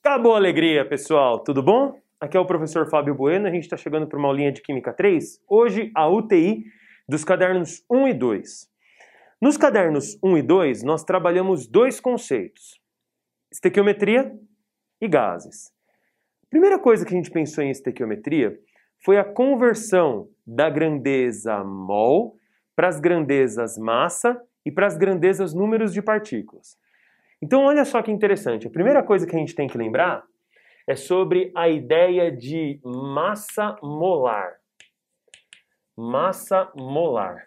Acabou a alegria, pessoal. Tudo bom? Aqui é o professor Fábio Bueno. A gente está chegando para uma aulinha de Química 3. Hoje, a UTI dos cadernos 1 e 2. Nos cadernos 1 e 2, nós trabalhamos dois conceitos: estequiometria e gases. A primeira coisa que a gente pensou em estequiometria foi a conversão da grandeza mol para as grandezas massa e para as grandezas números de partículas. Então, olha só que interessante. A primeira coisa que a gente tem que lembrar é sobre a ideia de massa molar. Massa molar.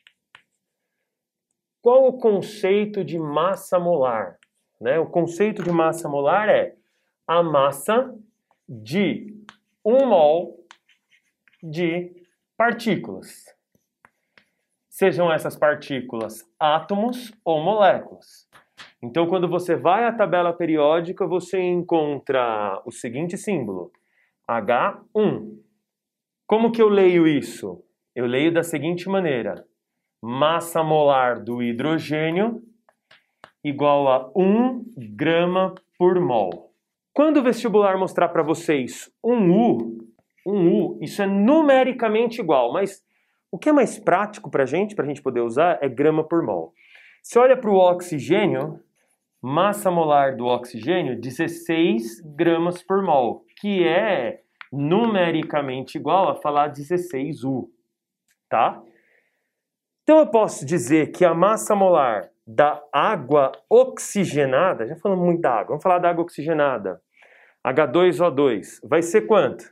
Qual o conceito de massa molar? O conceito de massa molar é a massa de 1 mol de partículas. Sejam essas partículas átomos ou moléculas. Então, quando você vai à tabela periódica, você encontra o seguinte símbolo, H1. Como que eu leio isso? Eu leio da seguinte maneira: massa molar do hidrogênio igual a 1 grama por mol. Quando o vestibular mostrar para vocês um U, isso é numericamente igual, mas o que é mais prático para a gente poder usar é grama por mol. Se olha para o oxigênio, massa molar do oxigênio, 16 gramas por mol, que é numericamente igual a falar 16U, tá? Então eu posso dizer que a massa molar da água oxigenada, já falamos muito da água, vamos falar da água oxigenada, H2O2, vai ser quanto?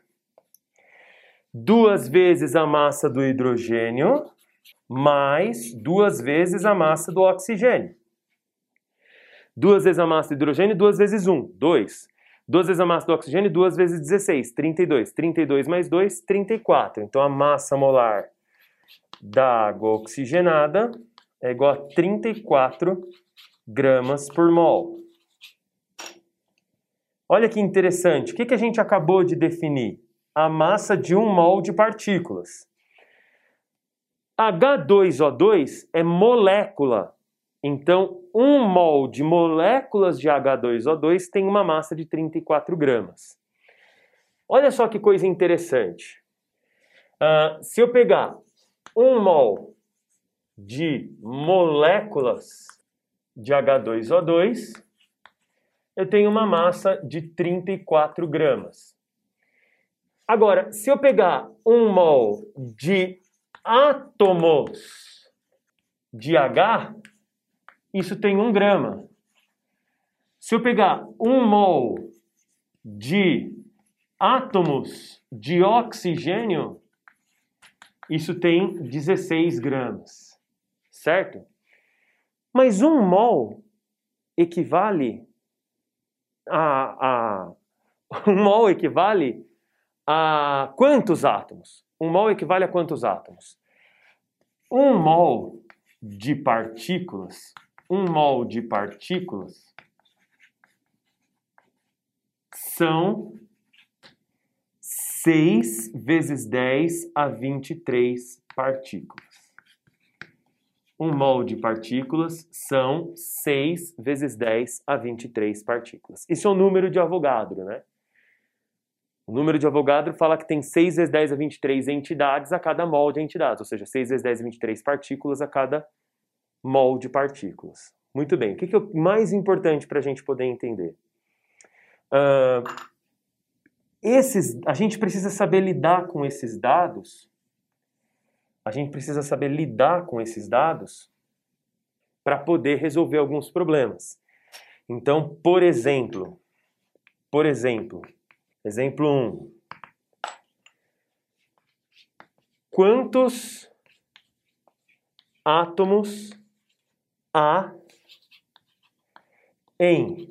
2 vezes a massa do hidrogênio mais 2 vezes a massa do oxigênio. 2 vezes a massa do hidrogênio, 2 vezes 1, 2. 2 vezes a massa do oxigênio, 2 vezes 16, 32. 32 mais 2, 34. Então a massa molar da água oxigenada é igual a 34 gramas por mol. Olha que interessante. O que a gente acabou de definir? A massa de 1 mol de partículas. H2O2 é molécula. Então, 1 mol de moléculas de H2O2 tem uma massa de 34 gramas. Olha só que coisa interessante. Se eu pegar 1 mol de moléculas de H2O2, eu tenho uma massa de 34 gramas. Agora, se eu pegar 1 mol de átomos de H, isso tem 1 grama. Se eu pegar 1 mol de átomos de oxigênio, isso tem 16 gramas, certo? Mas 1 mol equivale a 1 mol equivale a quantos átomos? 1 mol equivale a quantos átomos? 1 mol de partículas, 1 mol de partículas são 6 vezes 10 a 23 partículas. 1 mol de partículas são 6 vezes 10 a 23 partículas. Isso é o número de Avogadro, né? O número de Avogadro fala que tem 6 vezes 10 a 23 entidades a cada mol de entidades, ou seja, 6 vezes 10 a 23 partículas a cada mol de partículas. Muito bem, o que é o mais importante para a gente poder entender? A gente precisa saber lidar com esses dados. A gente precisa saber lidar com esses dados para poder resolver alguns problemas. Então, por exemplo, exemplo 1. Quantos átomos há em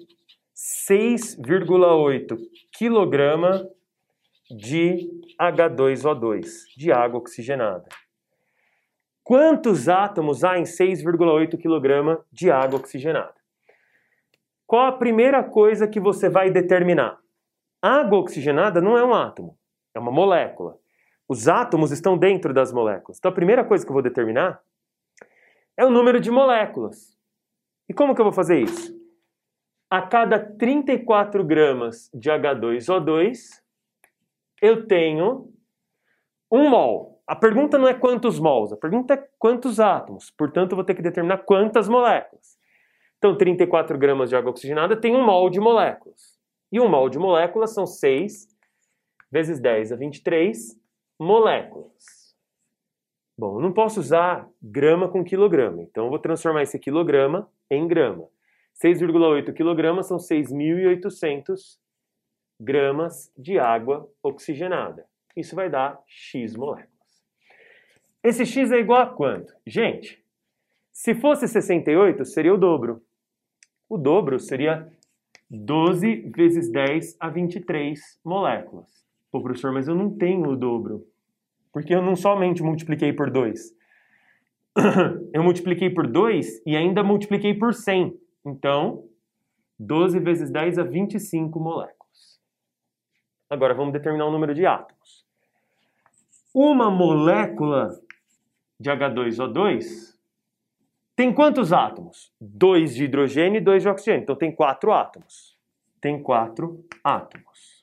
6,8 kg de H2O2, de água oxigenada? Quantos átomos há em 6,8 kg de água oxigenada? Qual a primeira coisa que você vai determinar? Água oxigenada não é um átomo, é uma molécula. Os átomos estão dentro das moléculas. Então a primeira coisa que eu vou determinar é o número de moléculas. E como que eu vou fazer isso? a cada 34 gramas de H2O2, eu tenho 1 mol. A pergunta não é quantos mols, a pergunta é quantos átomos. Portanto, eu vou ter que determinar quantas moléculas. Então, 34 gramas de água oxigenada tem 1 mol de moléculas. E 1 mol de moléculas são 6 vezes 10 a 23 moléculas. Bom, eu não posso usar grama com quilograma, então eu vou transformar esse quilograma em grama. 6,8 quilogramas são 6.800 gramas de água oxigenada. Isso vai dar X moléculas. Esse X é igual a quanto? Gente, se fosse 68, seria o dobro. O dobro seria 12 vezes 10 a 23 moléculas. Pô, professor, mas eu não tenho o dobro. Porque eu não somente multipliquei por 2. Eu multipliquei por 2 e ainda multipliquei por 100. Então, 12 vezes 10 a 25 moléculas. Agora, vamos determinar o número de átomos. Uma molécula de H2O2 tem quantos átomos? 2 de hidrogênio e 2 de oxigênio. Então, tem 4 átomos. Tem 4 átomos.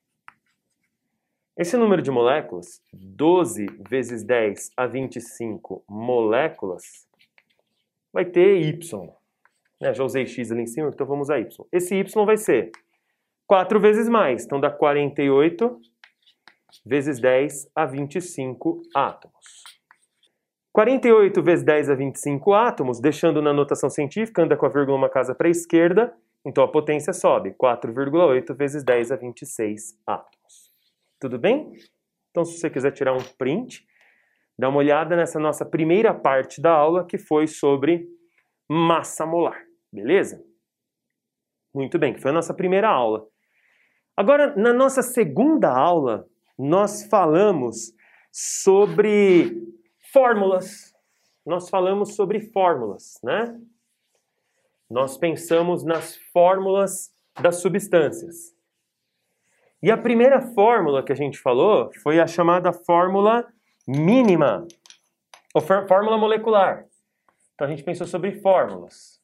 Esse número de moléculas, 12 vezes 10 a 25 moléculas, vai ter Y. Já usei X ali em cima, então vamos usar Y. Esse Y vai ser 4 vezes mais, então dá 48 vezes 10 a 25 átomos. 48 vezes 10 a 25 átomos, deixando na notação científica, anda com a vírgula uma casa para a esquerda, então a potência sobe, 4,8 vezes 10 a 26 átomos. Tudo bem? Então, se você quiser tirar um print, dá uma olhada nessa nossa primeira parte da aula, que foi sobre massa molar. Beleza? Muito bem, que foi a nossa primeira aula. Agora, na nossa segunda aula, nós falamos sobre fórmulas. Nós falamos sobre fórmulas, né? Nós pensamos nas fórmulas das substâncias. E a primeira fórmula que a gente falou foi a chamada fórmula mínima, ou fórmula molecular. Então a gente pensou sobre fórmulas.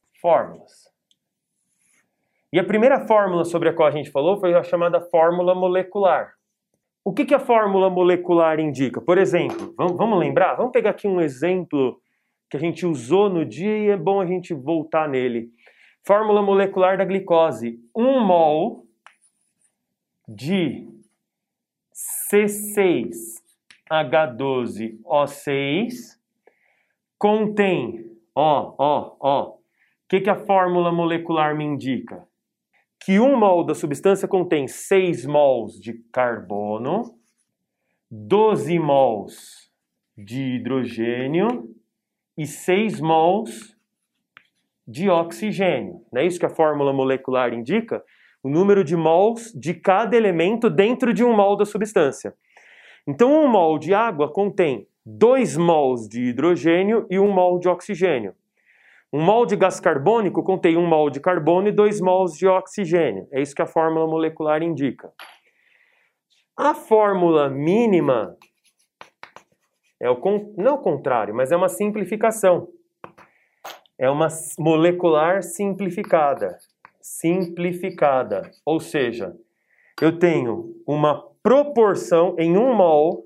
E a primeira fórmula sobre a qual a gente falou foi a chamada fórmula molecular. O que a fórmula molecular indica? Por exemplo, vamos lembrar? Vamos pegar aqui um exemplo que a gente usou no dia e é bom a gente voltar nele. Fórmula molecular da glicose. 1 mol de C6H12O6 contém, o que a fórmula molecular me indica? Que 1 mol da substância contém 6 mols de carbono, 12 mols de hidrogênio e 6 mols de oxigênio. Não é isso que a fórmula molecular indica? O número de mols de cada elemento dentro de 1 mol da substância. Então, 1 mol de água contém 2 mols de hidrogênio e 1 mol de oxigênio. 1 mol de gás carbônico contém 1 mol de carbono e 2 mols de oxigênio. É isso que a fórmula molecular indica. A fórmula mínima não é o contrário, mas é uma simplificação. É uma molecular simplificada. Ou seja, eu tenho uma proporção em 1 mol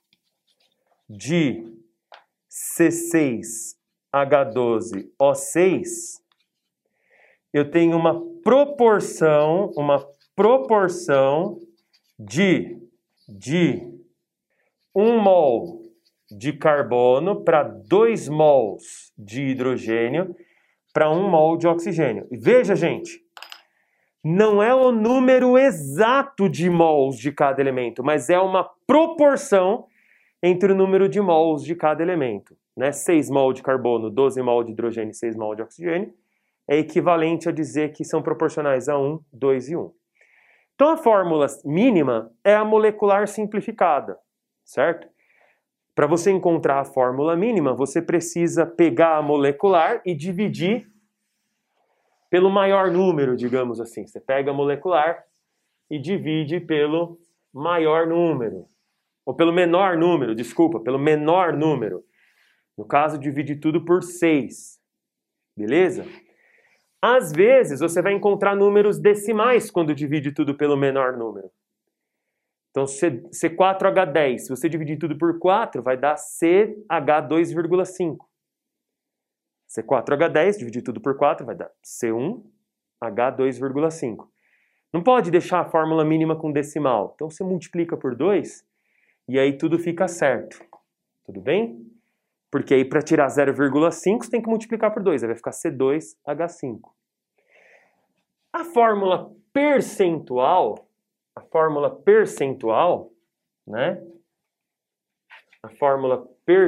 de C6H12O6, eu tenho uma proporção de 1 mol de carbono para 2 mols de hidrogênio para 1 mol de oxigênio. E veja, gente, não é o número exato de mols de cada elemento, mas é uma proporção entre o número de mols de cada elemento. Né? 6 mol de carbono, 12 mol de hidrogênio e 6 mol de oxigênio é equivalente a dizer que são proporcionais a 1, 2 e 1. Então a fórmula mínima é a molecular simplificada, certo? Para você encontrar a fórmula mínima, você precisa pegar a molecular e dividir pelo maior número, digamos assim. Você pega a molecular e divide pelo maior número. Ou pelo menor número, desculpa, pelo menor número. No caso, divide tudo por 6. Beleza? Às vezes, você vai encontrar números decimais quando divide tudo pelo menor número. Então, C4H10, se você dividir tudo por 4, vai dar CH2,5. C4H10, dividir tudo por 4, vai dar C1H2,5. Não pode deixar a fórmula mínima com decimal. Então, você multiplica por 2 e aí tudo fica certo. Tudo bem? Porque aí, para tirar 0,5, você tem que multiplicar por 2. Aí vai ficar C2H5. A fórmula percentual, né? A fórmula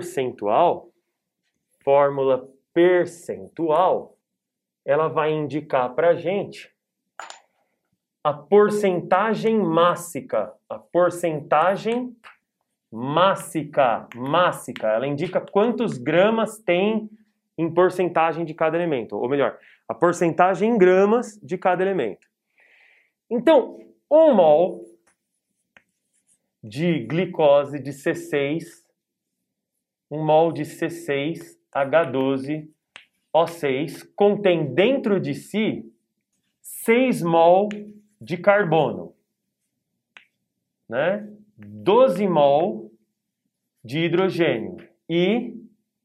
percentual, ela vai indicar para a gente a porcentagem mássica. A porcentagem mássica. Ela indica quantos gramas tem em porcentagem de cada elemento. Ou melhor, a porcentagem em gramas de cada elemento. Então, 1 mol de glicose de C6, 1 mol de C6H12O6 contém dentro de si 6 mol de carbono, né? 12 mol de hidrogênio e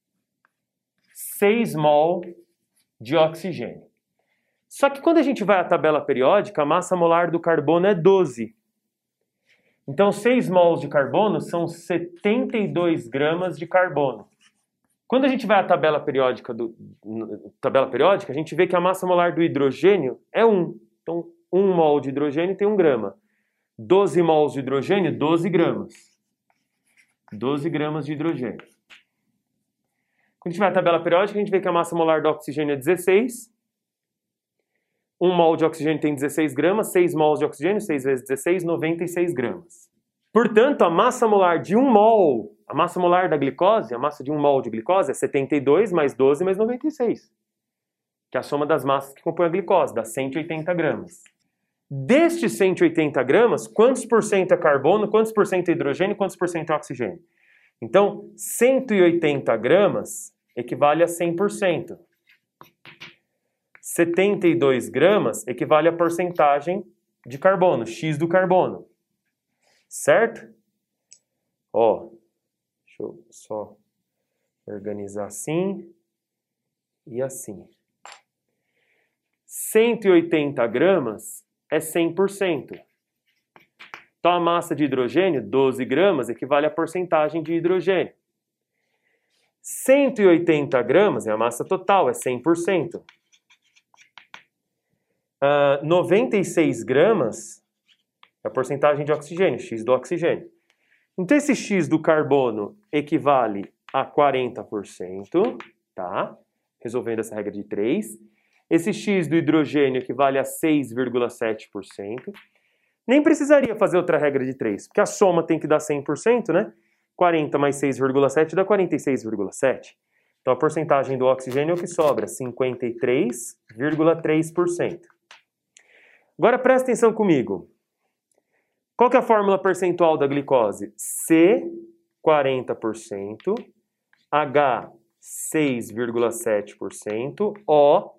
6 mol de oxigênio. Só que quando a gente vai à tabela periódica, a massa molar do carbono é 12. Então, 6 mols de carbono são 72 gramas de carbono. Quando a gente vai à tabela periódica, a gente vê que a massa molar do hidrogênio é 1. Então, 1 mol de hidrogênio tem 1 grama. 12 mols de hidrogênio, 12 gramas. 12 gramas de hidrogênio. Quando a gente vai à tabela periódica, a gente vê que a massa molar do oxigênio é 16. 1 mol de oxigênio tem 16 gramas, 6 mols de oxigênio, 6 vezes 16, 96 gramas. Portanto, a massa molar de 1 mol, a massa molar da glicose, a massa de 1 mol de glicose é 72 mais 12 mais 96. Que é a soma das massas que compõem a glicose, dá 180 gramas. Destes 180 gramas, quantos por cento é carbono, quantos por cento é hidrogênio, quantos por cento é oxigênio? Então, 180 gramas equivale a 100%. 72 gramas equivale à porcentagem de carbono, X do carbono. Certo? Ó, deixa eu só organizar assim e assim. 180 gramas é 100%. Então, a massa de hidrogênio, 12 gramas, equivale à porcentagem de hidrogênio. 180 gramas é a massa total, é 100%. 96 gramas é a porcentagem de oxigênio, X do oxigênio. Então, esse X do carbono equivale a 40%, tá? Resolvendo essa regra de 3. Esse X do hidrogênio equivale a 6,7%. Nem precisaria fazer outra regra de 3, porque a soma tem que dar 100%, né? 40 mais 6,7 dá 46,7. Então, a porcentagem do oxigênio é o que sobra, 53,3%. Agora, presta atenção comigo. Qual que é a fórmula percentual da glicose? C, 40%, H, 6,7%, O,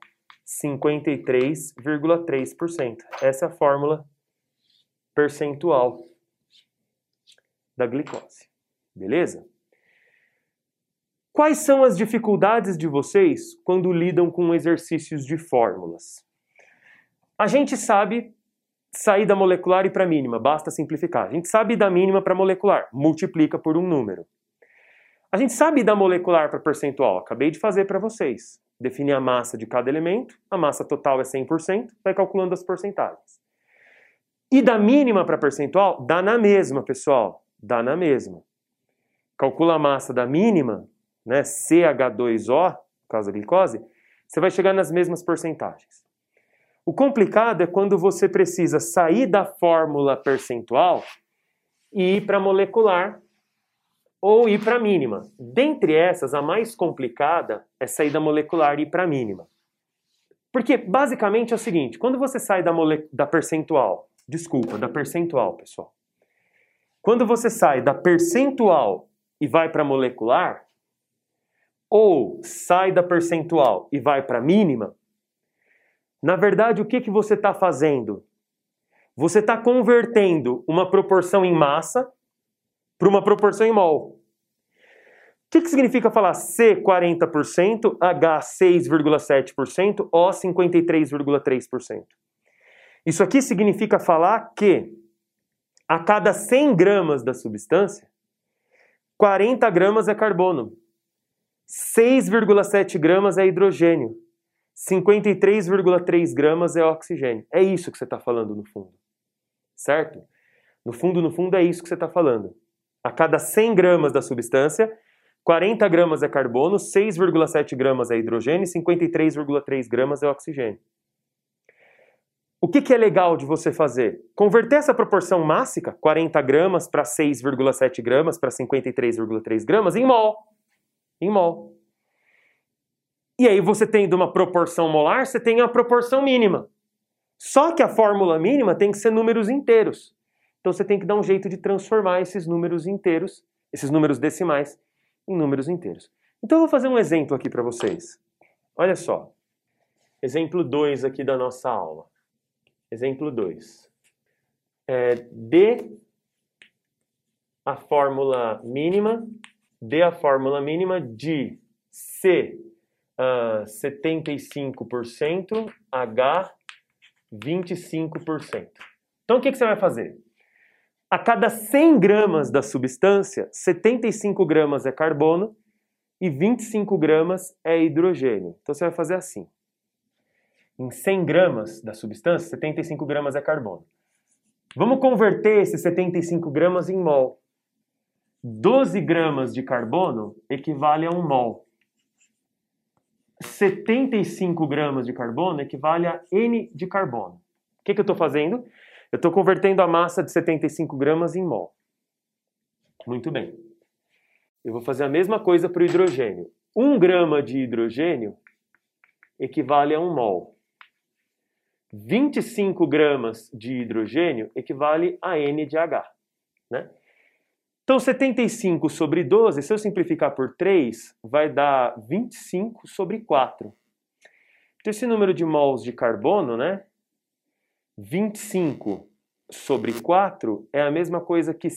53,3%. Essa é a fórmula percentual da glicose. Beleza? Quais são as dificuldades de vocês quando lidam com exercícios de fórmulas? A gente sabe sair da molecular e para a mínima, basta simplificar. A gente sabe da mínima para molecular, multiplica por um número. A gente sabe da molecular para percentual, acabei de fazer para vocês. Definir a massa de cada elemento, a massa total é 100%, vai calculando as porcentagens. E da mínima para percentual, dá na mesma, pessoal, dá na mesma. Calcula a massa da mínima, né, CH2O, por causa da glicose, você vai chegar nas mesmas porcentagens. O complicado é quando você precisa sair da fórmula percentual e ir para a molecular ou ir para a mínima. Dentre essas, a mais complicada é sair da molecular e ir para a mínima. Porque, basicamente, é o seguinte, quando você sai da percentual, pessoal. Quando você sai da percentual e vai para a molecular, ou sai da percentual e vai para a mínima, Na verdade, o que você está fazendo? Você está convertendo uma proporção em massa para uma proporção em mol. O que significa falar C 40%, H 6,7%, O 53,3%? Isso aqui significa falar que a cada 100 gramas da substância, 40 gramas é carbono, 6,7 gramas é hidrogênio, 53,3 gramas é oxigênio. É isso que você está falando no fundo, certo? No fundo é isso que você está falando. A cada 100 gramas da substância, 40 gramas é carbono, 6,7 gramas é hidrogênio e 53,3 gramas é oxigênio. O que é legal de você fazer? Converter essa proporção mássica, 40 gramas para 6,7 gramas para 53,3 gramas, em mol. Em mol. E aí você tendo uma proporção molar, você tem a proporção mínima. Só que a fórmula mínima tem que ser números inteiros. Então você tem que dar um jeito de transformar esses números inteiros, esses números decimais, em números inteiros. Então eu vou fazer um exemplo aqui para vocês. Olha só. Exemplo 2 aqui da nossa aula. Exemplo 2. Dê a fórmula mínima de C 75%, H 25%. Então o que você vai fazer? A cada 100 gramas da substância, 75 gramas é carbono e 25 gramas é hidrogênio. Então você vai fazer assim. Em 100 gramas da substância, 75 gramas é carbono. Vamos converter esses 75 gramas em mol. 12 gramas de carbono equivale a 1 mol. 75 gramas de carbono equivale a N de carbono. O que eu estou fazendo? Eu estou convertendo a massa de 75 gramas em mol. Muito bem. Eu vou fazer a mesma coisa para o hidrogênio. 1 grama de hidrogênio equivale a 1 mol. 25 gramas de hidrogênio equivale a N de H. Né? Então, 75 sobre 12, se eu simplificar por 3, vai dar 25 sobre 4. Então, esse número de mols de carbono, né? 25 sobre 4 é a mesma coisa que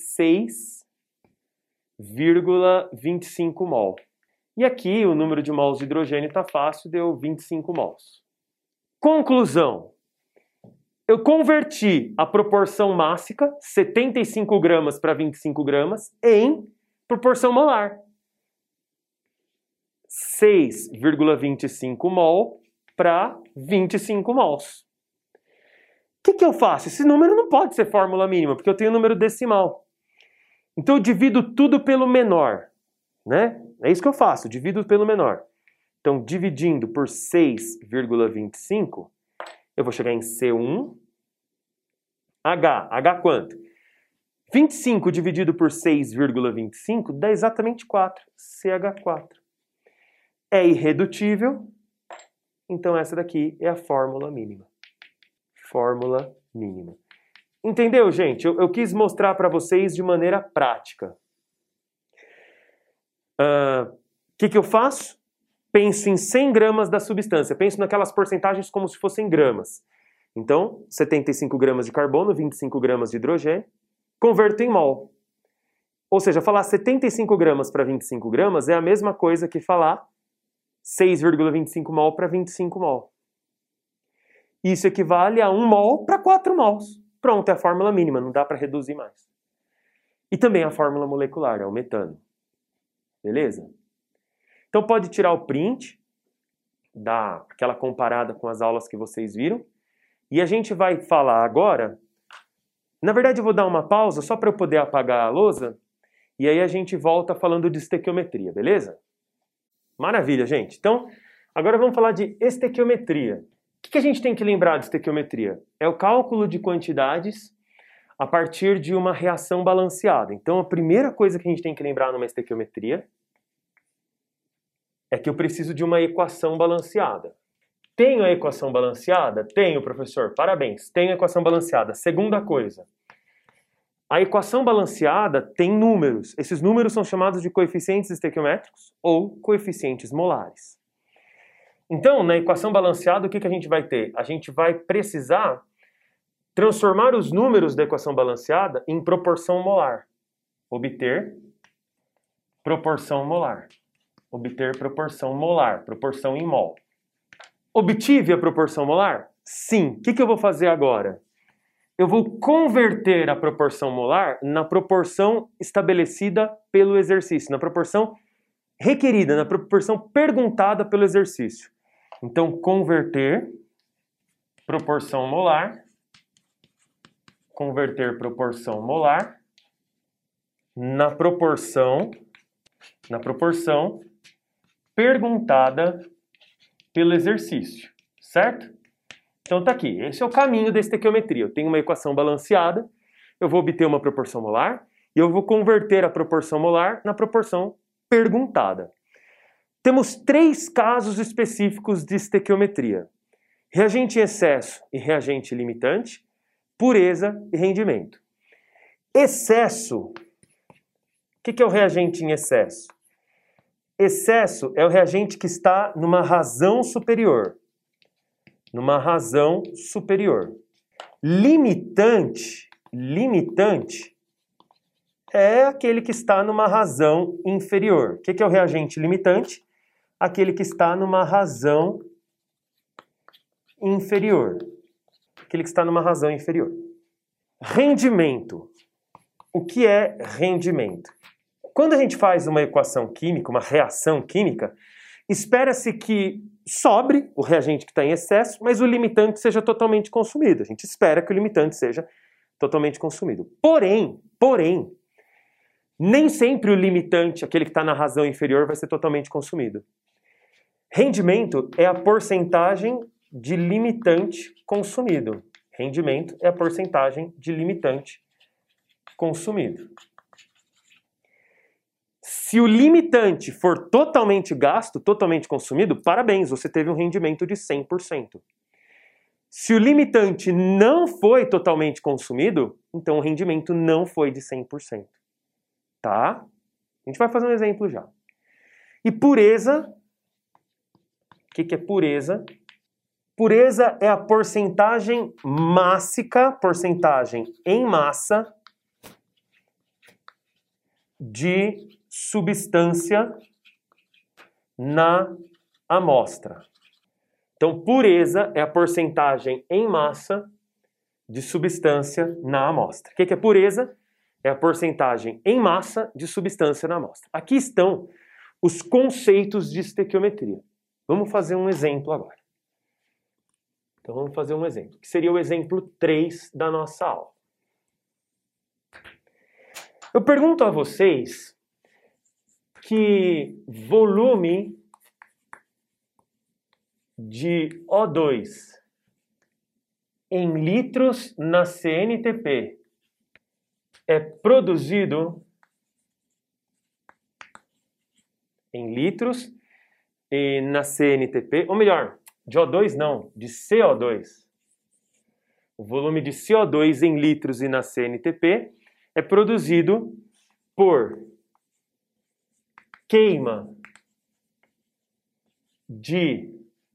6,25 mol. E aqui o número de mols de hidrogênio está fácil, deu 25 mols. Conclusão. Eu converti a proporção mássica, 75 gramas para 25 gramas, em proporção molar. 6,25 mol para 25 mols. O que eu faço? Esse número não pode ser fórmula mínima, porque eu tenho número decimal. Então eu divido tudo pelo menor. Né? É isso que eu faço, divido pelo menor. Então, dividindo por 6,25, eu vou chegar em C1. H quanto? 25 dividido por 6,25 dá exatamente 4. CH4. É irredutível, então essa daqui é a fórmula mínima. Fórmula mínima. Entendeu, gente? Eu quis mostrar para vocês de maneira prática. O que eu faço? Penso em 100 gramas da substância. Penso naquelas porcentagens como se fossem gramas. Então, 75 gramas de carbono, 25 gramas de hidrogênio. Converto em mol. Ou seja, falar 75 gramas para 25 gramas é a mesma coisa que falar 6,25 mol para 25 mol. Isso equivale a 1 mol para 4 mols. Pronto, é a fórmula mínima, não dá para reduzir mais. E também a fórmula molecular, é o metano. Beleza? Então pode tirar o print, dar aquela comparada com as aulas que vocês viram. E a gente vai falar agora... Na verdade eu vou dar uma pausa só para eu poder apagar a lousa. E aí a gente volta falando de estequiometria, beleza? Maravilha, gente. Então, agora vamos falar de estequiometria. O que a gente tem que lembrar de estequiometria? É o cálculo de quantidades a partir de uma reação balanceada. Então, a primeira coisa que a gente tem que lembrar numa estequiometria é que eu preciso de uma equação balanceada. Tenho a equação balanceada? Tenho, professor. Parabéns. Tenho a equação balanceada. Segunda coisa. A equação balanceada tem números. Esses números são chamados de coeficientes estequiométricos ou coeficientes molares. Então, na equação balanceada, o que a gente vai ter? A gente vai precisar transformar os números da equação balanceada em proporção molar. Obter proporção molar. Obter proporção molar, proporção em mol. Obtive a proporção molar? Sim. O que eu vou fazer agora? Eu vou converter a proporção molar na proporção estabelecida pelo exercício, na proporção requerida, na proporção perguntada pelo exercício. Então, converter proporção molar na proporção perguntada pelo exercício, certo? Então tá aqui, esse é o caminho da estequiometria. Eu tenho uma equação balanceada, eu vou obter uma proporção molar e eu vou converter a proporção molar na proporção perguntada. Temos 3 casos específicos de estequiometria: reagente em excesso e reagente limitante, pureza e rendimento. Excesso. O que é o reagente em excesso? Excesso é o reagente que está numa razão superior. Limitante é aquele que está numa razão inferior. O que é o reagente limitante? Aquele que está numa razão inferior. Rendimento. O que é rendimento? Quando a gente faz uma equação química, uma reação química, espera-se que sobre o reagente que está em excesso, mas o limitante seja totalmente consumido. A gente espera que o limitante seja totalmente consumido. Porém, nem sempre o limitante, aquele que está na razão inferior, vai ser totalmente consumido. Rendimento é a porcentagem de limitante consumido. Rendimento é a porcentagem de limitante consumido. Se o limitante for totalmente gasto, totalmente consumido, parabéns, você teve um rendimento de 100%. Se o limitante não foi totalmente consumido, então o rendimento não foi de 100%. Tá? A gente vai fazer um exemplo já. E pureza, o que é pureza? Pureza é a porcentagem mássica, porcentagem em massa de substância na amostra. Então, pureza é a porcentagem em massa de substância na amostra. O que é pureza? É a porcentagem em massa de substância na amostra. Aqui estão os conceitos de estequiometria. Vamos fazer um exemplo agora. Então, vamos fazer um exemplo, que seria o exemplo 3 da nossa aula. Eu pergunto a vocês que volume de O2 em litros na CNTP é produzido em litros e na CNTP, ou melhor, de O2 não, de CO2. O volume de CO2 em litros e na CNTP é produzido por queima de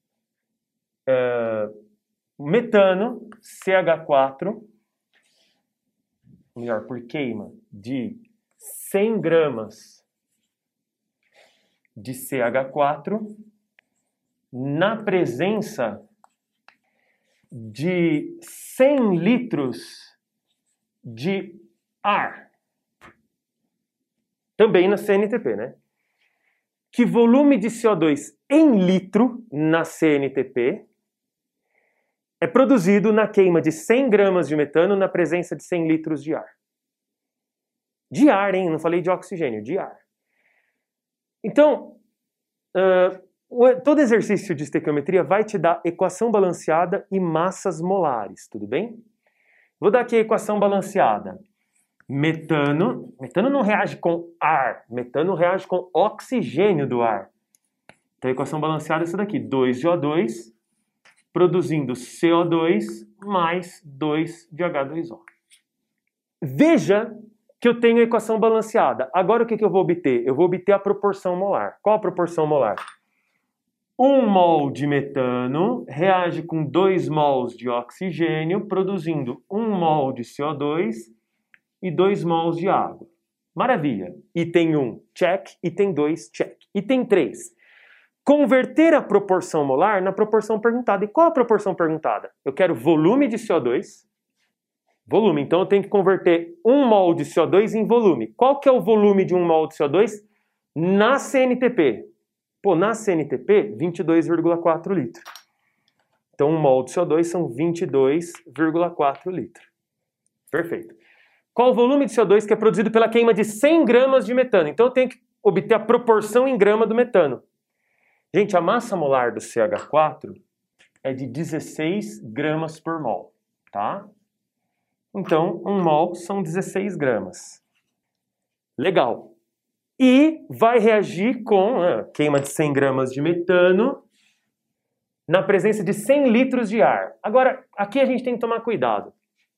metano, CH4, melhor, por queima de 100 gramas de CH4 na presença de 100 litros de ar. Também na CNTP, né? Que volume de CO2 em litro na CNTP é produzido na queima de 100 gramas de metano na presença de 100 litros de ar. De ar, hein? Não falei de oxigênio, de ar. Então, todo exercício de estequiometria vai te dar equação balanceada e massas molares, tudo bem? Vou dar aqui a equação balanceada. Metano não reage com ar, metano reage com oxigênio do ar. Então a equação balanceada é essa daqui, 2 de O2 produzindo CO2 mais 2 de H2O. Veja que eu tenho a equação balanceada. Agora o que eu vou obter? Eu vou obter a proporção molar. Qual a proporção molar? 1 mol de metano reage com 2 mols de oxigênio, produzindo 1 mol de CO2 e 2 mols de água. Maravilha! Item 1, check. Item 2, check. Item 3, converter a proporção molar na proporção perguntada. E qual a proporção perguntada? Eu quero volume de CO2. Volume, então eu tenho que converter 1 mol de CO2 em volume. Qual que é o volume de 1 mol de CO2? Na CNTP. Pô, na CNTP, 22,4 litros. Então 1 mol de CO2 são 22,4 litros. Perfeito. Qual o volume de CO2 que é produzido pela queima de 100 gramas de metano? Então eu tenho que obter a proporção em grama do metano. Gente, a massa molar do CH4 é de 16 gramas por mol, tá? Então, 1 mol são 16 gramas. Legal. E vai reagir com a queima de 100 gramas de metano na presença de 100 litros de ar. Agora, aqui a gente tem que tomar cuidado.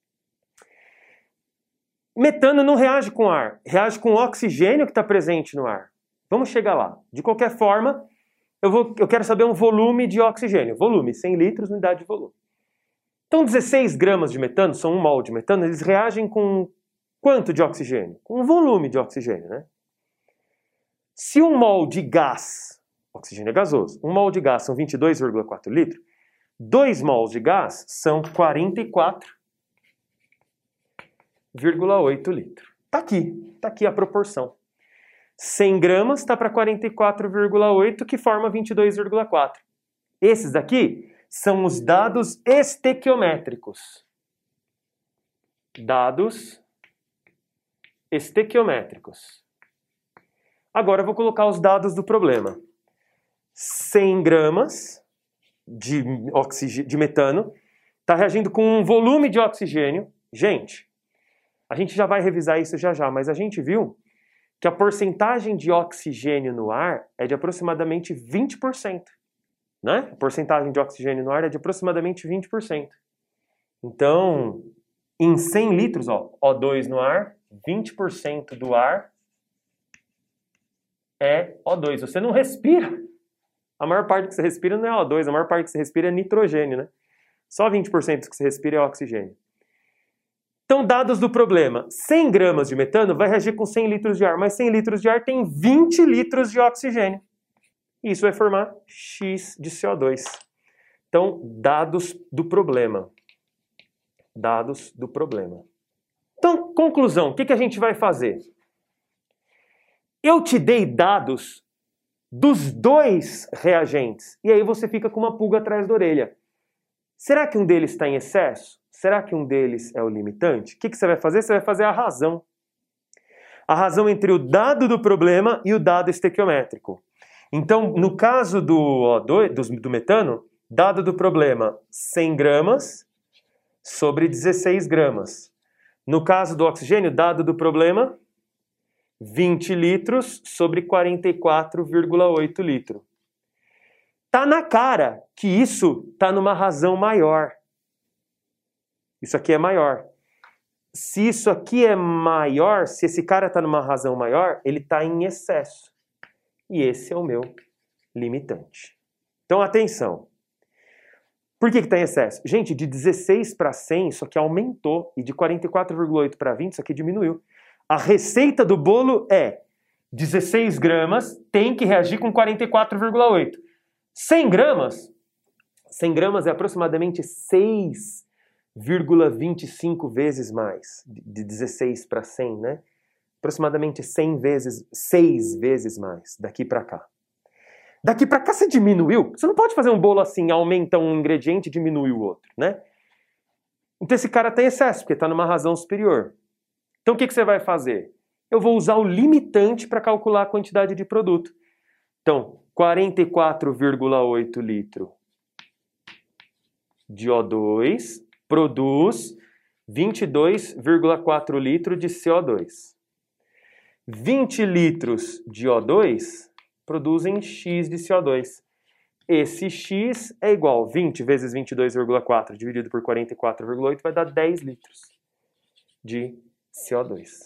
Metano não reage com ar, reage com o oxigênio que está presente no ar. Vamos chegar lá. De qualquer forma, eu quero saber um volume de oxigênio. Volume, 100 litros, unidade de volume. Então, 16 gramas de metano, são 1 mol de metano, eles reagem com quanto de oxigênio? Com um volume de oxigênio, né? Se 1 mol de gás, oxigênio é gasoso, 1 mol de gás são 22,4 litros, 2 mols de gás são 44,8 litros. Tá aqui a proporção. 100 gramas está para 44,8, que forma 22,4. Esses daqui são os dados estequiométricos. Dados estequiométricos. Agora eu vou colocar os dados do problema. 100 gramas de metano está reagindo com um volume de oxigênio. Gente, a gente já vai revisar isso já, mas a gente viu que a porcentagem de oxigênio no ar é de aproximadamente 20%. Né? A porcentagem de oxigênio no ar é de aproximadamente 20%. Então, em 100 litros, O2 no ar, 20% do ar é O2. Você não respira. A maior parte que você respira não é O2, a maior parte que você respira é nitrogênio, né? Só 20% que você respira é oxigênio. Então, dados do problema. 100 gramas de metano vai reagir com 100 litros de ar, mas 100 litros de ar tem 20 litros de oxigênio. Isso vai formar X de CO2. Então, dados do problema. Dados do problema. Então, conclusão, o que a gente vai fazer? Eu te dei dados dos 2 reagentes, e aí você fica com uma pulga atrás da orelha. Será que um deles está em excesso? Será que um deles é o limitante? O que você vai fazer? Você vai fazer a razão. A razão entre o dado do problema e o dado estequiométrico. Então, no caso do O2, do metano, dado do problema, 100 gramas sobre 16 gramas. No caso do oxigênio, dado do problema, 20 litros sobre 44,8 litros. Tá na cara que isso tá numa razão maior. Isso aqui é maior. Se isso aqui é maior, se esse cara está numa razão maior, ele está em excesso. E esse é o meu limitante. Então, atenção. Por que está em excesso? Gente, de 16 para 100, isso aqui aumentou. E de 44,8 para 20, isso aqui diminuiu. A receita do bolo é 16 gramas tem que reagir com 44,8. 100 gramas é aproximadamente 6,25 vezes mais. De 16 para 100, né? Aproximadamente 6 vezes mais, daqui para cá. Daqui para cá você diminuiu. Você não pode fazer um bolo assim, aumenta um ingrediente e diminui o outro, né? Então esse cara tem excesso, porque está numa razão superior. Então o que você vai fazer? Eu vou usar o limitante para calcular a quantidade de produto. Então, 44,8 litros de O2 produz 22,4 litros de CO2. 20 litros de O2 produzem X de CO2. Esse X é igual a 20 vezes 22,4 dividido por 44,8 vai dar 10 litros de CO2.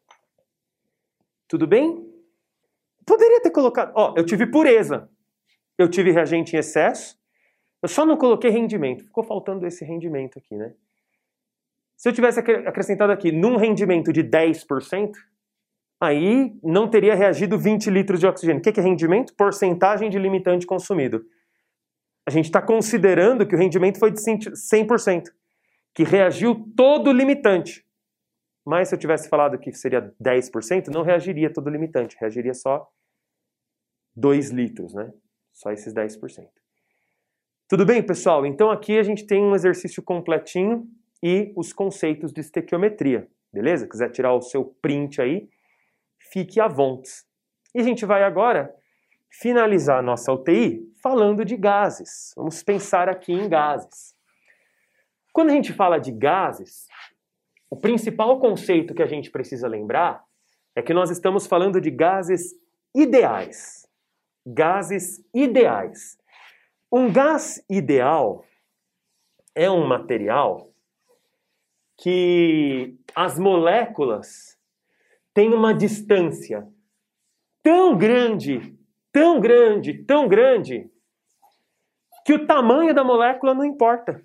Tudo bem? Poderia ter colocado... eu tive pureza. eu tive reagente em excesso, eu só não coloquei rendimento. Ficou faltando esse rendimento aqui, né? Se eu tivesse acrescentado aqui num rendimento de 10%, aí não teria reagido 20 litros de oxigênio. O que é rendimento? Porcentagem de limitante consumido. A gente está considerando que o rendimento foi de 100%, que reagiu todo o limitante. Mas se eu tivesse falado que seria 10%, não reagiria todo o limitante, reagiria só 2 litros, né? Só esses 10%. Tudo bem, pessoal? Então aqui a gente tem um exercício completinho e os conceitos de estequiometria, beleza? Quiser tirar o seu print aí, fique à vontade. E a gente vai agora finalizar a nossa UTI falando de gases. Vamos pensar aqui em gases. Quando a gente fala de gases, o principal conceito que a gente precisa lembrar é que nós estamos falando de gases ideais. Gases ideais. Um gás ideal é um material que as moléculas têm uma distância tão grande, tão grande, tão grande, que o tamanho da molécula não importa.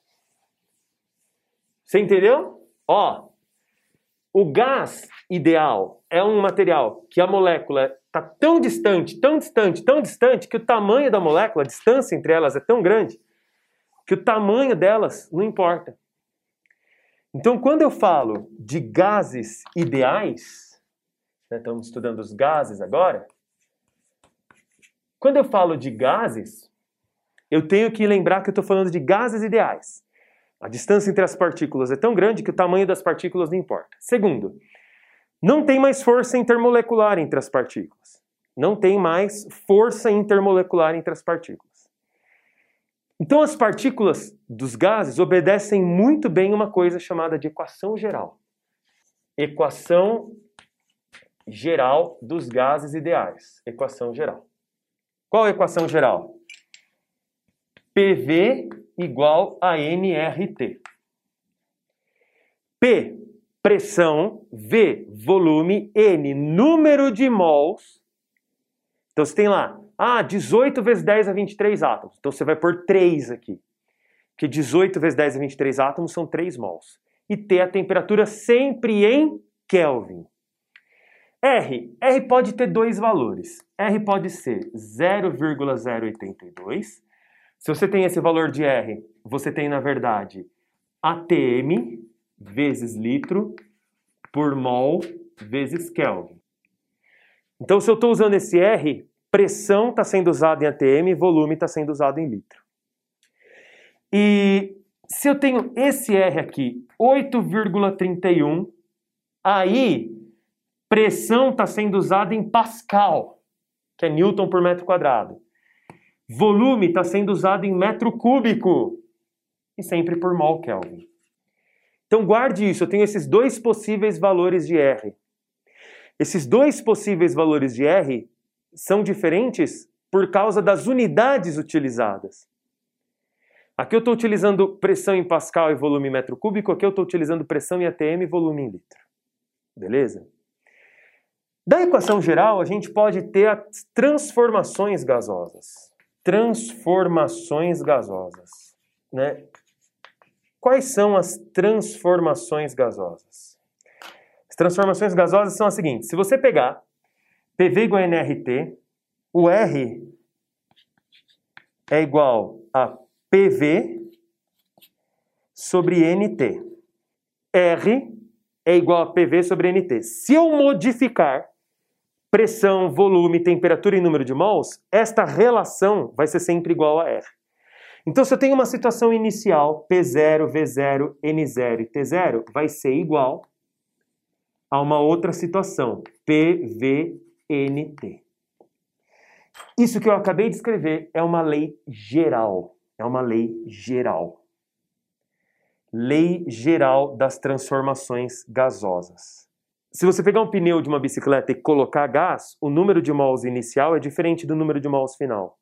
Você entendeu? Ó, o gás ideal é um material que a molécula está tão distante, tão distante, tão distante, que o tamanho da molécula, a distância entre elas é tão grande, que o tamanho delas não importa. Então, quando eu falo de gases ideais, né, estamos estudando os gases agora, quando eu falo de gases, eu tenho que lembrar que eu estou falando de gases ideais. A distância entre as partículas é tão grande que o tamanho das partículas não importa. Segundo, não tem mais força intermolecular entre as partículas. Não tem mais força intermolecular entre as partículas. Então as partículas dos gases obedecem muito bem uma coisa chamada de equação geral. Equação geral dos gases ideais. Equação geral. Qual é a equação geral? PV igual a nRT. P, pressão, V, volume, N, número de mols. Então você tem lá, 18 vezes 10 a 23 átomos. Então você vai pôr 3 aqui. Porque 18 vezes 10 a 23 átomos são 3 mols. E T, a temperatura sempre em Kelvin. R pode ter dois valores. R pode ser 0,082. Se você tem esse valor de R, você tem, na verdade, ATM vezes litro por mol vezes Kelvin. Então, se eu estou usando esse R, pressão está sendo usada em ATM, volume está sendo usado em litro. E se eu tenho esse R aqui, 8,31, aí pressão está sendo usada em Pascal, que é Newton por metro quadrado. Volume está sendo usado em metro cúbico e sempre por mol Kelvin. Então guarde isso, eu tenho esses dois possíveis valores de R. Esses dois possíveis valores de R são diferentes por causa das unidades utilizadas. Aqui eu estou utilizando pressão em Pascal e volume em metro cúbico, aqui eu estou utilizando pressão em ATM e volume em litro. Beleza? Da equação geral, a gente pode ter as transformações gasosas. Transformações gasosas, né? Quais são as transformações gasosas? As transformações gasosas são as seguintes. Se você pegar PV igual a nRT, o R é igual a PV sobre NT. R é igual a PV sobre NT. Se eu modificar pressão, volume, temperatura e número de mols, esta relação vai ser sempre igual a R. Então, se eu tenho uma situação inicial, P0, V0, N0 e T0, vai ser igual a uma outra situação, PVNT. Isso que eu acabei de escrever é uma lei geral. É uma lei geral. Lei geral das transformações gasosas. Se você pegar um pneu de uma bicicleta e colocar gás, o número de mols inicial é diferente do número de mols final.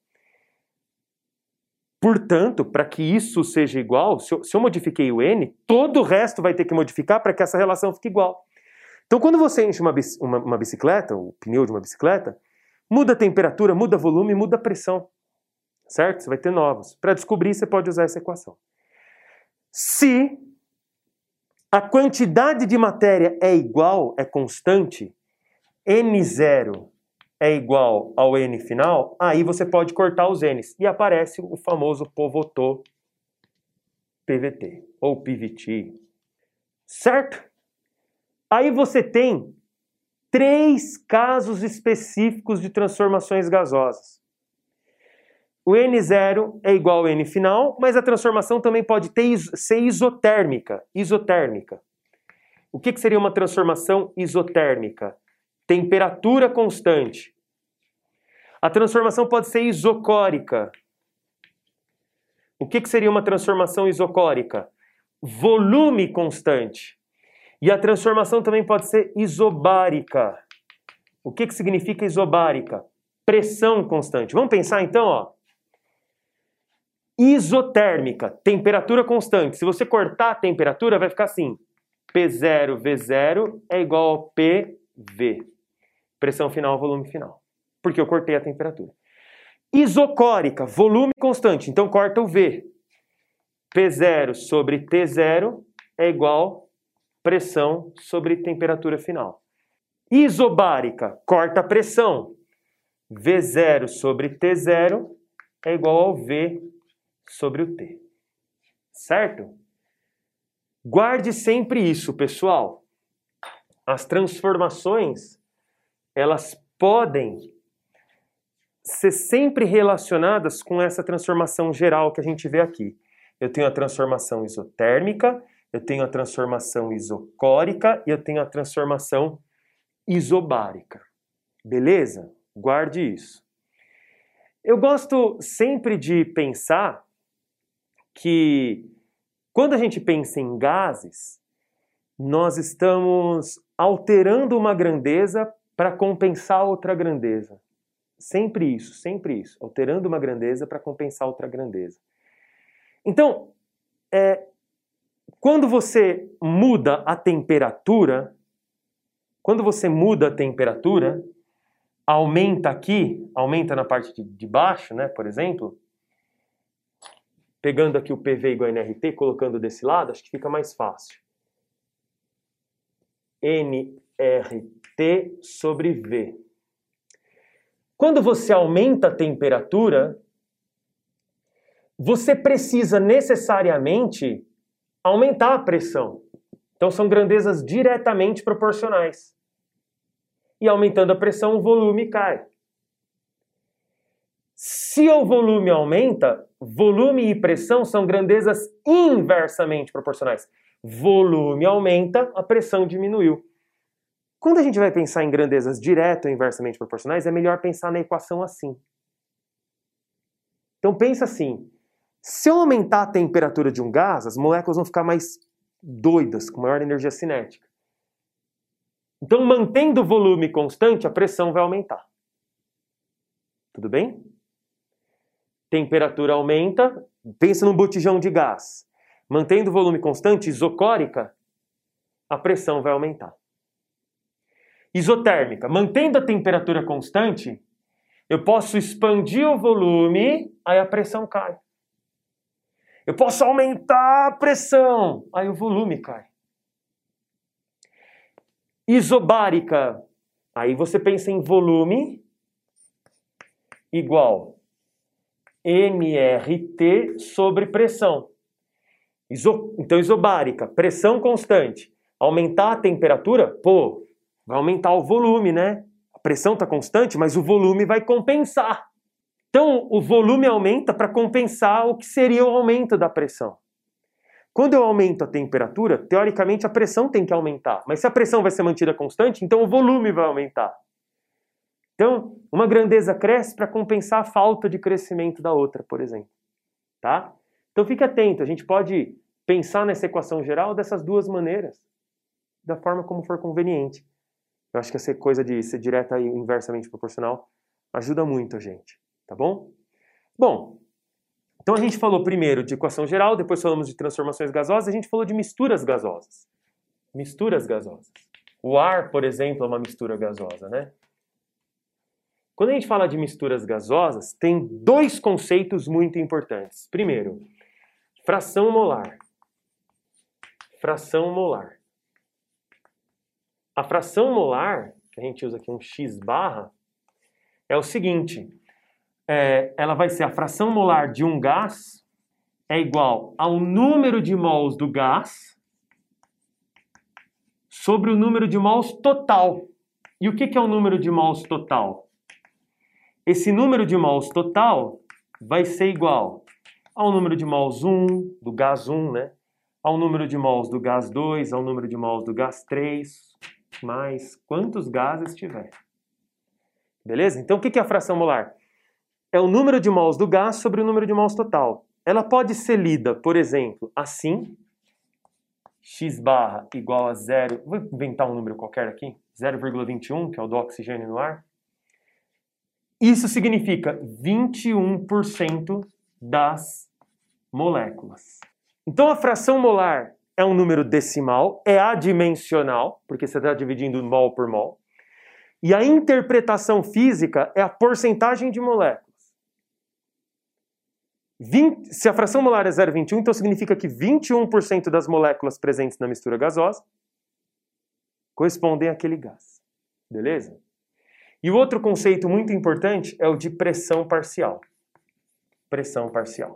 Portanto, para que isso seja igual, se eu modifiquei o N, todo o resto vai ter que modificar para que essa relação fique igual. Então, quando você enche uma bicicleta, o pneu de uma bicicleta, muda a temperatura, muda volume, muda a pressão. certo? Você vai ter novos. Para descobrir, você pode usar essa equação. Se a quantidade de matéria é igual, é constante, N0 é igual ao N final, aí você pode cortar os N's. E aparece o famoso Povotot PVT, ou PVT. Certo? Aí você tem 3 casos específicos de transformações gasosas. O N0 é igual ao N final, mas a transformação também pode ser isotérmica. Isotérmica. O que seria uma transformação isotérmica? Temperatura constante. A transformação pode ser isocórica. O que seria uma transformação isocórica? Volume constante. E a transformação também pode ser isobárica. O que significa isobárica? Pressão constante. Vamos pensar então, ó. Isotérmica, temperatura constante. Se você cortar a temperatura, vai ficar assim. P0, V0 é igual ao PV. Pressão final, volume final. Porque eu cortei a temperatura. Isocórica, volume constante. Então corta o V. P0 sobre T0 é igual pressão sobre temperatura final. Isobárica, corta a pressão. V0 sobre T0 é igual ao V sobre o T. Certo? Guarde sempre isso, pessoal. As transformações, elas podem ser sempre relacionadas com essa transformação geral que a gente vê aqui. Eu tenho a transformação isotérmica, eu tenho a transformação isocórica e eu tenho a transformação isobárica. Beleza? Guarde isso. Eu gosto sempre de pensar que quando a gente pensa em gases, nós estamos alterando uma grandeza para compensar outra grandeza. Sempre isso, alterando uma grandeza para compensar outra grandeza. Então, quando você muda a temperatura, aumenta aqui, aumenta na parte de baixo, né, por exemplo, pegando aqui o PV igual a nRT, colocando desse lado, acho que fica mais fácil. nRT sobre V. Quando você aumenta a temperatura, você precisa necessariamente aumentar a pressão. Então são grandezas diretamente proporcionais. E aumentando a pressão, o volume cai. Se o volume aumenta, volume e pressão são grandezas inversamente proporcionais. Volume aumenta, a pressão diminuiu. Quando a gente vai pensar em grandezas direto ou inversamente proporcionais, é melhor pensar na equação assim. Então pensa assim, se eu aumentar a temperatura de um gás, as moléculas vão ficar mais doidas, com maior energia cinética. Então, mantendo o volume constante, a pressão vai aumentar. Tudo bem? Temperatura aumenta, pensa num botijão de gás. Mantendo o volume constante, isocórica, a pressão vai aumentar. Isotérmica, mantendo a temperatura constante, eu posso expandir o volume, aí a pressão cai. Eu posso aumentar a pressão, aí o volume cai. Isobárica, aí você pensa em volume igual nRT sobre pressão. Então, isobárica, pressão constante. Aumentar a temperatura, vai aumentar o volume, né? A pressão está constante, mas o volume vai compensar. Então, o volume aumenta para compensar o que seria o aumento da pressão. Quando eu aumento a temperatura, teoricamente a pressão tem que aumentar. Mas se a pressão vai ser mantida constante, então o volume vai aumentar. Então, uma grandeza cresce para compensar a falta de crescimento da outra, por exemplo. Tá? Então fique atento, a gente pode pensar nessa equação geral dessas duas maneiras, da forma como for conveniente. Eu acho que essa coisa de ser direta e inversamente proporcional ajuda muito a gente, tá bom? Bom, então a gente falou primeiro de equação geral, depois falamos de transformações gasosas, a gente falou de misturas gasosas. Misturas gasosas. O ar, por exemplo, é uma mistura gasosa, né? Quando a gente fala de misturas gasosas, tem dois conceitos muito importantes. Primeiro, fração molar. Fração molar. A fração molar, que a gente usa aqui um x barra, é o seguinte, ela vai ser a fração molar de um gás é igual ao número de mols do gás sobre o número de mols total. E o que é o número de mols total? Esse número de mols total vai ser igual ao número de mols 1, do gás 1, né? Ao número de mols do gás 2, ao número de mols do gás 3, mais quantos gases tiver. Beleza? Então, o que é a fração molar? É o número de mols do gás sobre o número de mols total. Ela pode ser lida, por exemplo, assim, x barra igual a 0, vou inventar um número qualquer aqui, 0,21, que é o do oxigênio no ar. Isso significa 21% das moléculas. Então a fração molar é um número decimal, é adimensional, porque você está dividindo mol por mol. E a interpretação física é a porcentagem de moléculas. Se a fração molar é 0,21, então significa que 21% das moléculas presentes na mistura gasosa correspondem àquele gás. Beleza? E o outro conceito muito importante é o de pressão parcial. Pressão parcial.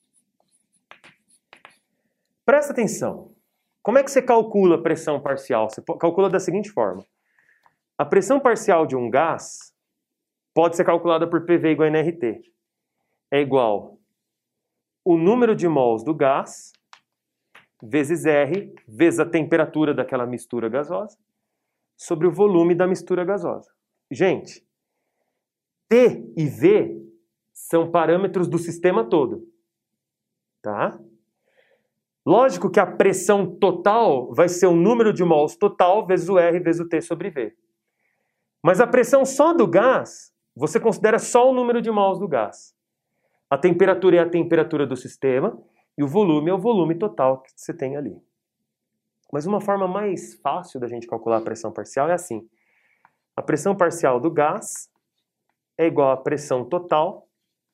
Presta atenção. Como é que você calcula a pressão parcial? Você calcula da seguinte forma. A pressão parcial de um gás pode ser calculada por PV igual a nRT. É igual o número de mols do gás vezes R vezes a temperatura daquela mistura gasosa sobre o volume da mistura gasosa. Gente, T e V são parâmetros do sistema todo, tá? Lógico que a pressão total vai ser o número de mols total vezes o R vezes o T sobre V. Mas a pressão só do gás, você considera só o número de mols do gás. A temperatura é a temperatura do sistema e o volume é o volume total que você tem ali. Mas uma forma mais fácil da gente calcular a pressão parcial é assim. A pressão parcial do gás é igual à pressão total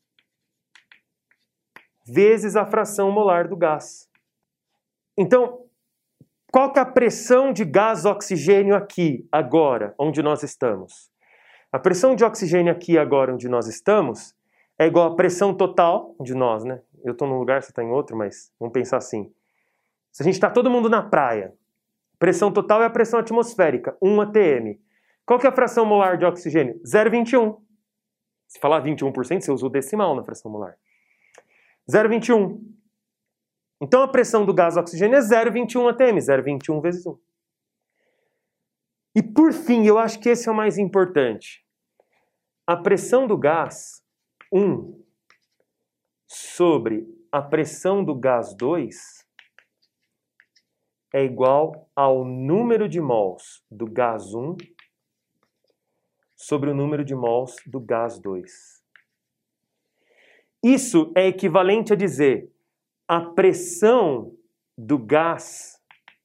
vezes a fração molar do gás. Então, qual que é a pressão de gás oxigênio aqui, agora, onde nós estamos? A pressão de oxigênio aqui, agora, onde nós estamos, é igual à pressão total de nós, né? Eu estou num lugar, você está em outro, mas vamos pensar assim. Se a gente está todo mundo na praia, pressão total é a pressão atmosférica, 1 atm. Qual que é a fração molar de oxigênio? 0,21. Se falar 21%, você usou decimal na fração molar. 0,21. Então a pressão do gás oxigênio é 0,21 atm, 0,21 vezes 1. E por fim, eu acho que esse é o mais importante. A pressão do gás 1 sobre a pressão do gás 2 é igual ao número de mols do gás 1 sobre o número de mols do gás 2. Isso é equivalente a dizer a pressão do gás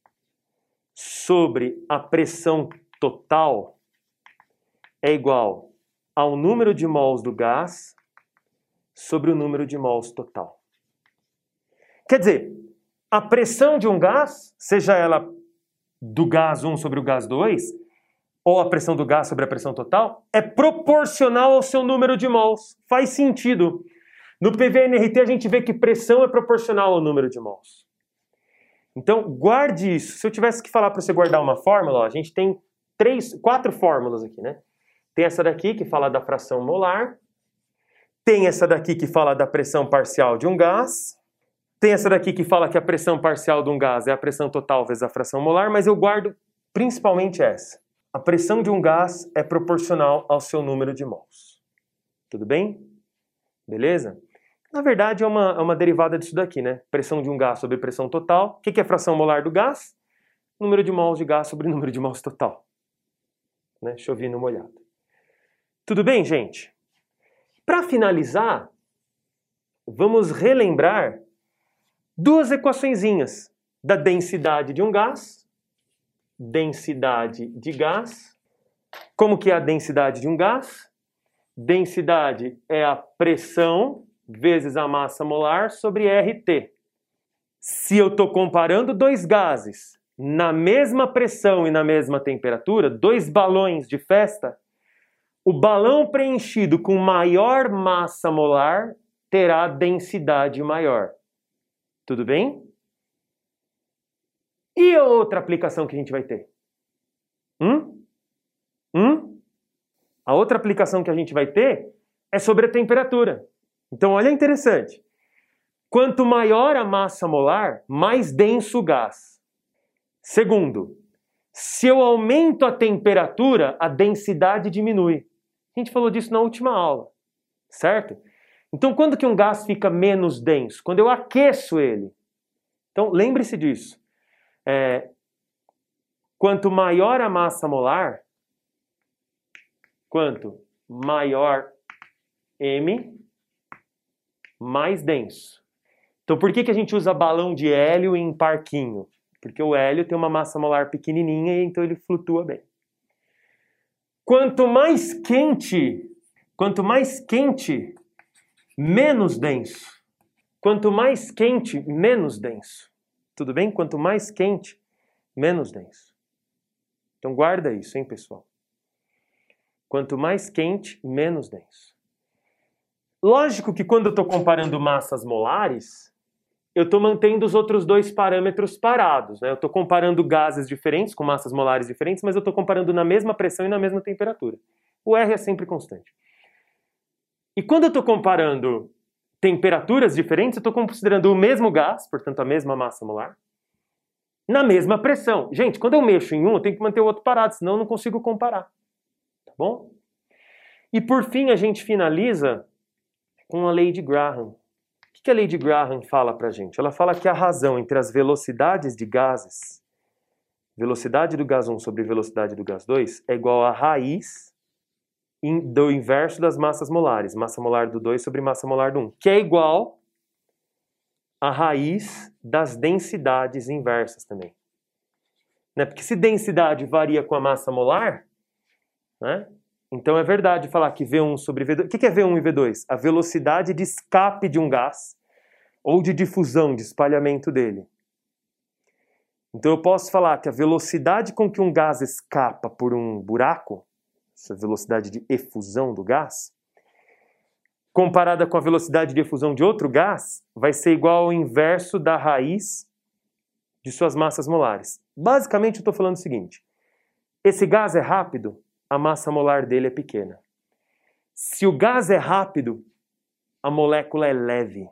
sobre a pressão total é igual ao número de mols do gás sobre o número de mols total. Quer dizer, a pressão de um gás, seja ela do gás 1 sobre o gás 2, ou a pressão do gás sobre a pressão total, é proporcional ao seu número de mols. Faz sentido. No PV-NRT a gente vê que pressão é proporcional ao número de mols. Então, guarde isso. Se eu tivesse que falar para você guardar uma fórmula, ó, a gente tem 4 fórmulas aqui, né? Tem essa daqui que fala da fração molar, tem essa daqui que fala da pressão parcial de um gás, tem essa daqui que fala que a pressão parcial de um gás é a pressão total vezes a fração molar, mas eu guardo principalmente essa. A pressão de um gás é proporcional ao seu número de mols. Tudo bem? Beleza? Na verdade, é uma derivada disso daqui, né? Pressão de um gás sobre pressão total. O que é a fração molar do gás? Número de mols de gás sobre número de mols total. Né? Chovi no molhado. Tudo bem, gente? Para finalizar, vamos relembrar 2 equaçõezinhas da densidade de um gás. Densidade de gás. Como que é a densidade de um gás? Densidade é a pressão vezes a massa molar sobre RT. Se eu estou comparando dois gases na mesma pressão e na mesma temperatura, dois balões de festa, o balão preenchido com maior massa molar terá densidade maior. Tudo bem? E a outra aplicação que a gente vai ter? A outra aplicação que a gente vai ter é sobre a temperatura. Então, olha, interessante. Quanto maior a massa molar, mais denso o gás. Segundo, se eu aumento a temperatura, a densidade diminui. A gente falou disso na última aula, certo? Então, quando que um gás fica menos denso? Quando eu aqueço ele. Então, lembre-se disso. Quanto maior a massa molar, quanto maior M, mais denso. Então, por que a gente usa balão de hélio em parquinho? Porque o hélio tem uma massa molar pequenininha e então ele flutua bem. Quanto mais quente, menos denso. Quanto mais quente, menos denso. Tudo bem? Quanto mais quente, menos denso. Então guarda isso, hein, pessoal? Quanto mais quente, menos denso. Lógico que quando eu estou comparando massas molares, eu estou mantendo os outros dois parâmetros parados, né? Eu estou comparando gases diferentes, com massas molares diferentes, mas eu estou comparando na mesma pressão e na mesma temperatura. O R é sempre constante. E quando eu estou comparando temperaturas diferentes, eu estou considerando o mesmo gás, portanto a mesma massa molar, na mesma pressão. Gente, quando eu mexo em um, eu tenho que manter o outro parado, senão eu não consigo comparar. Tá bom? E por fim, a gente finaliza com a lei de Graham. O que a lei de Graham fala pra gente? Ela fala que a razão entre as velocidades de gases, velocidade do gás 1 sobre velocidade do gás 2, é igual a raiz do inverso das massas molares, massa molar do 2 sobre massa molar do 1, que é igual a raiz das densidades inversas também. Né? Porque se densidade varia com a massa molar, né? Então é verdade falar que V1 sobre V2... O que é V1 e V2? A velocidade de escape de um gás ou de difusão, de espalhamento dele. Então eu posso falar que a velocidade com que um gás escapa por um buraco, essa velocidade de efusão do gás, comparada com a velocidade de efusão de outro gás, vai ser igual ao inverso da raiz de suas massas molares. Basicamente eu estou falando o seguinte: esse gás é rápido, a massa molar dele é pequena. Se o gás é rápido, a molécula é leve.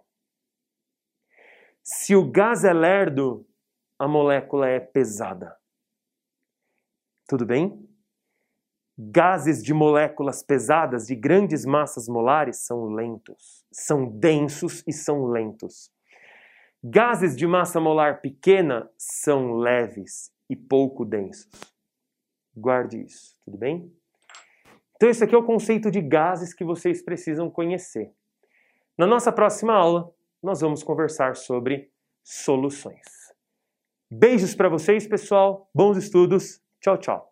Se o gás é lerdo, a molécula é pesada. Tudo bem? Gases de moléculas pesadas, de grandes massas molares, são lentos. São densos e são lentos. Gases de massa molar pequena são leves e pouco densos. Guarde isso, tudo bem? Então esse aqui é o conceito de gases que vocês precisam conhecer. Na nossa próxima aula, nós vamos conversar sobre soluções. Beijos para vocês, pessoal. Bons estudos. Tchau, tchau.